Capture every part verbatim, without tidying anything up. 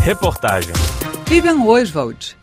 Reportagem Vivian Oswald.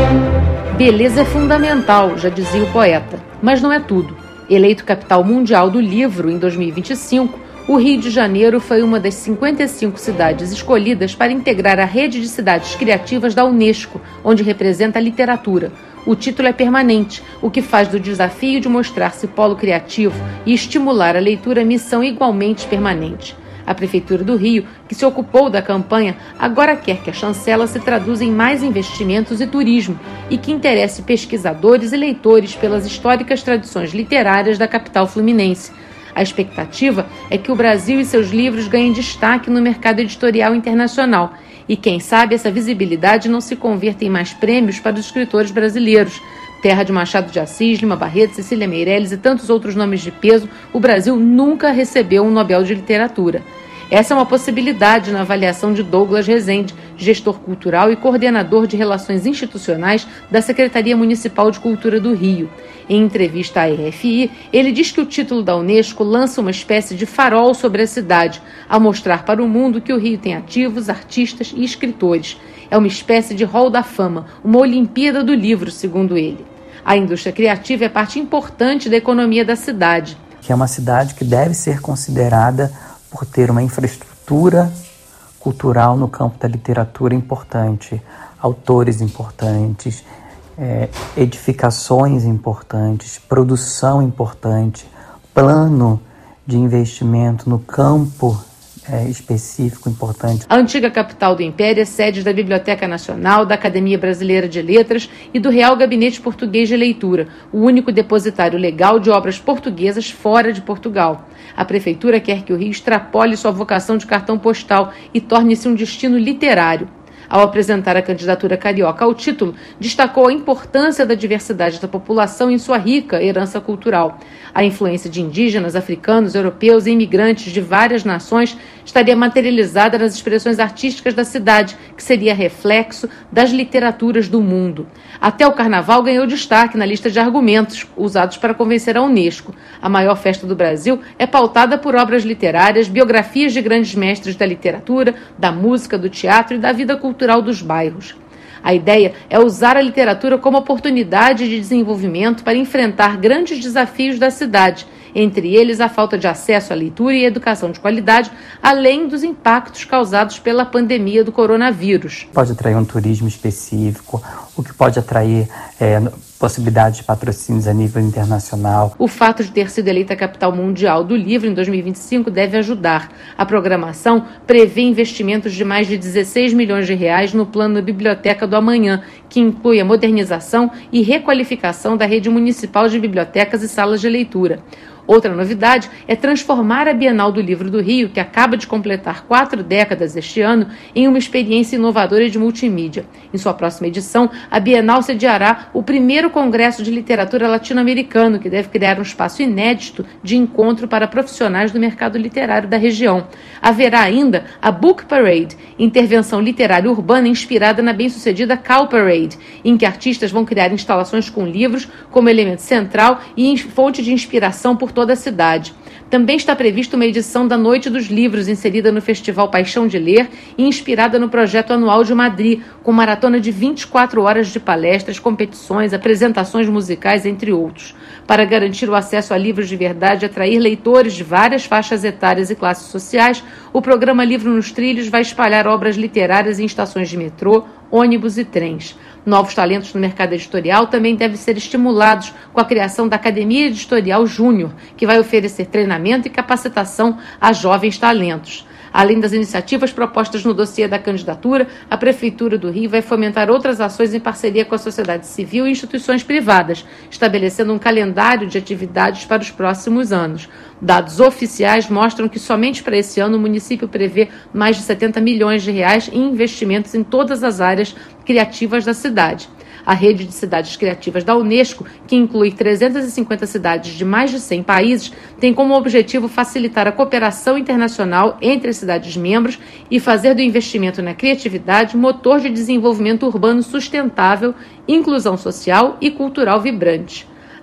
Beleza é fundamental, já dizia o poeta, mas não é tudo. Eleito capital mundial do livro em dois mil e vinte e cinco, o Rio de Janeiro foi uma das cinquenta e cinco cidades escolhidas para integrar a rede de cidades criativas da Unesco, onde representa a literatura. O título é permanente, o que faz do desafio de mostrar-se polo criativo e estimular a leitura missão igualmente permanente. A Prefeitura do Rio, que se ocupou da campanha, agora quer que a chancela se traduza em mais investimentos e turismo e que interesse pesquisadores e leitores pelas históricas tradições literárias da capital fluminense. A expectativa é que o Brasil e seus livros ganhem destaque no mercado editorial internacional e, quem sabe, essa visibilidade não se converta em mais prêmios para os escritores brasileiros. Terra de Machado de Assis, Lima Barreto, Cecília Meirelles e tantos outros nomes de peso, o Brasil nunca recebeu um Nobel de Literatura. Essa é uma possibilidade na avaliação de Douglas Rezende, gestor cultural e coordenador de relações institucionais da Secretaria Municipal de Cultura do Rio. Em entrevista à R F I, ele diz que o título da Unesco lança uma espécie de farol sobre a cidade, a mostrar para o mundo que o Rio tem ativos, artistas e escritores. É uma espécie de hall da fama, uma Olimpíada do livro, segundo ele. A indústria criativa é parte importante da economia da cidade. Que é uma cidade que deve ser considerada por ter uma infraestrutura cultural no campo da literatura importante, autores importantes, é, edificações importantes, produção importante, plano de investimento no campo É, específico, importante. A antiga capital do Império é sede da Biblioteca Nacional, da Academia Brasileira de Letras e do Real Gabinete Português de Leitura, o único depositário legal de obras portuguesas fora de Portugal. A Prefeitura quer que o Rio extrapole sua vocação de cartão postal e torne-se um destino literário. Ao apresentar a candidatura carioca ao título, destacou a importância da diversidade da população em sua rica herança cultural. A influência de indígenas, africanos, europeus e imigrantes de várias nações estaria materializada nas expressões artísticas da cidade, que seria reflexo das literaturas do mundo. Até o Carnaval ganhou destaque na lista de argumentos usados para convencer a Unesco. A maior festa do Brasil é pautada por obras literárias, biografias de grandes mestres da literatura, da música, do teatro e da vida cultural dos bairros. A ideia é usar a literatura como oportunidade de desenvolvimento para enfrentar grandes desafios da cidade, entre eles a falta de acesso à leitura e educação de qualidade, além dos impactos causados pela pandemia do coronavírus. Pode atrair um turismo específico, o que pode atrair é, possibilidades de patrocínios a nível internacional. O fato de ter sido eleita a capital mundial do livro em dois mil e vinte e cinco deve ajudar. A programação prevê investimentos de mais de dezesseis milhões de reais no plano Biblioteca do Amanhã, que inclui a modernização e requalificação da rede municipal de bibliotecas e salas de leitura. Outra novidade é transformar a Bienal do Livro do Rio, que acaba de completar quatro décadas este ano, em uma experiência inovadora de multimídia. Em sua próxima edição, a Bienal sediará o primeiro Congresso de Literatura Latino-Americano, que deve criar um espaço inédito de encontro para profissionais do mercado literário da região. Haverá ainda a Book Parade, intervenção literária urbana inspirada na bem-sucedida Cow Parade, em que artistas vão criar instalações com livros como elemento central e fonte de inspiração por toda a cidade. Também está prevista uma edição da Noite dos Livros, inserida no Festival Paixão de Ler e inspirada no projeto anual de Madrid, com maratona de vinte e quatro horas de palestras, competições, apresentações musicais, entre outros. Para garantir o acesso a livros de verdade e atrair leitores de várias faixas etárias e classes sociais, o programa Livro nos Trilhos vai espalhar obras literárias em estações de metrô, ônibus e trens. Novos talentos no mercado editorial também devem ser estimulados com a criação da Academia Editorial Júnior, que vai oferecer treinamento e capacitação a jovens talentos. Além das iniciativas propostas no dossiê da candidatura, a Prefeitura do Rio vai fomentar outras ações em parceria com a sociedade civil e instituições privadas, estabelecendo um calendário de atividades para os próximos anos. Dados oficiais mostram que somente para esse ano o município prevê mais de setenta milhões de reais em investimentos em todas as áreas criativas da cidade. A rede de cidades criativas da Unesco, que inclui trezentas e cinquenta cidades de mais de cem países, tem como objetivo facilitar a cooperação internacional entre as cidades-membros e fazer do investimento na criatividade motor de desenvolvimento urbano sustentável, inclusão social e cultural vibrante.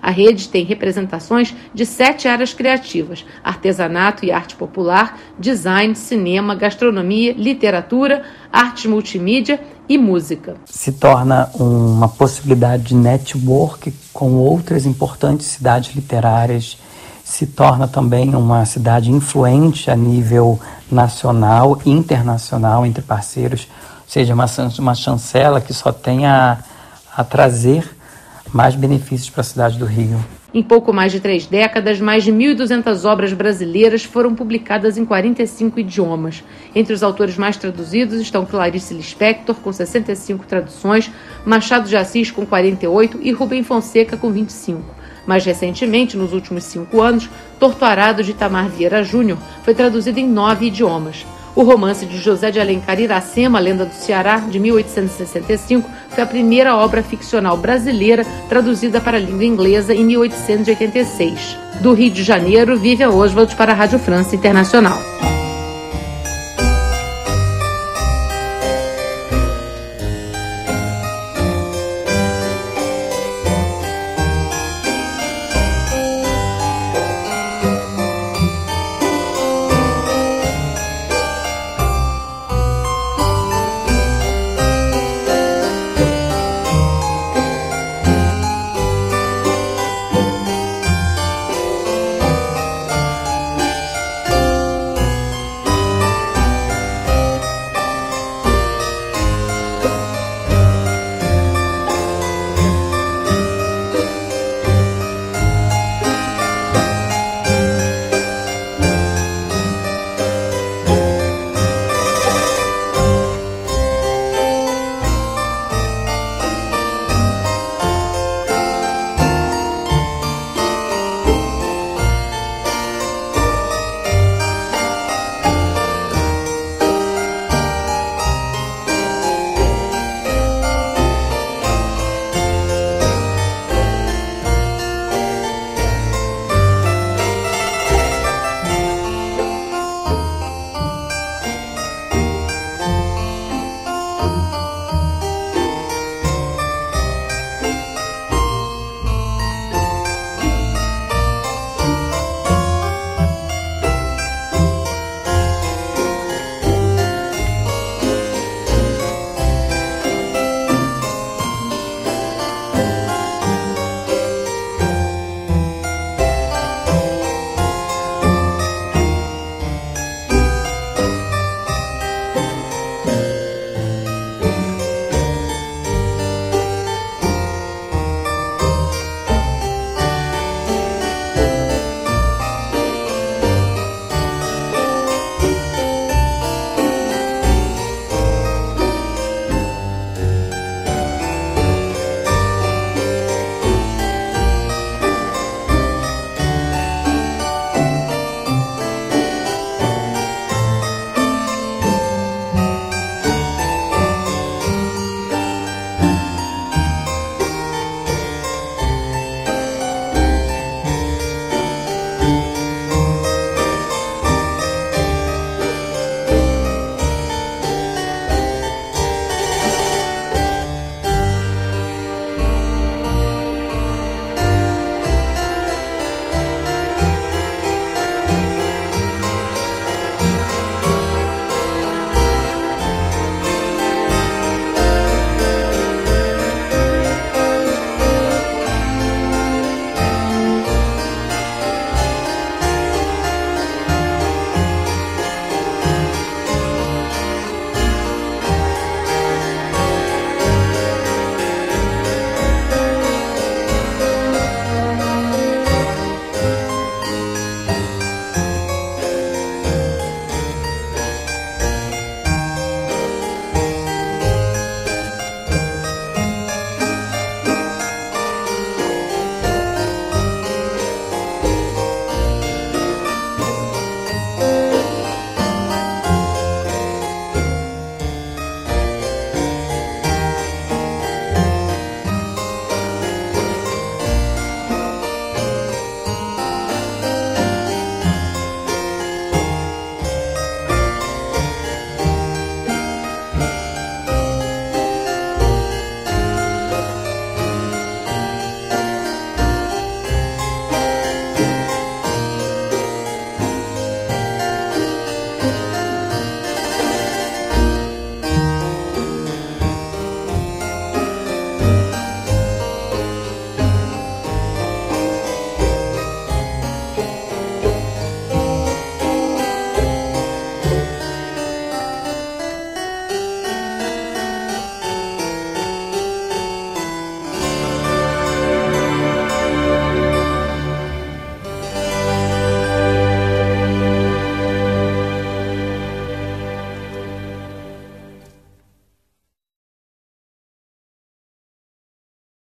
A rede tem representações de sete áreas criativas: artesanato e arte popular, design, cinema, gastronomia, literatura, artes multimídia e música. Se torna uma possibilidade de network com outras importantes cidades literárias, se torna também uma cidade influente a nível nacional e internacional entre parceiros, ou seja, uma, uma chancela que só tem a, a trazer mais benefícios para a cidade do Rio. Em pouco mais de três décadas, mais de mil e duzentas obras brasileiras foram publicadas em quarenta e cinco idiomas. Entre os autores mais traduzidos estão Clarice Lispector, com sessenta e cinco traduções, Machado de Assis, com quarenta e oito e Rubem Fonseca, com vinte e cinco. Mais recentemente, nos últimos cinco anos, Torturado, de Itamar Vieira Júnior, foi traduzido em nove idiomas. O romance de José de Alencar Iracema, Lenda do Ceará, de mil oitocentos e sessenta e cinco, foi a primeira obra ficcional brasileira traduzida para a língua inglesa em mil oitocentos e oitenta e seis. Do Rio de Janeiro, Vivian Oswald para a Rádio França Internacional.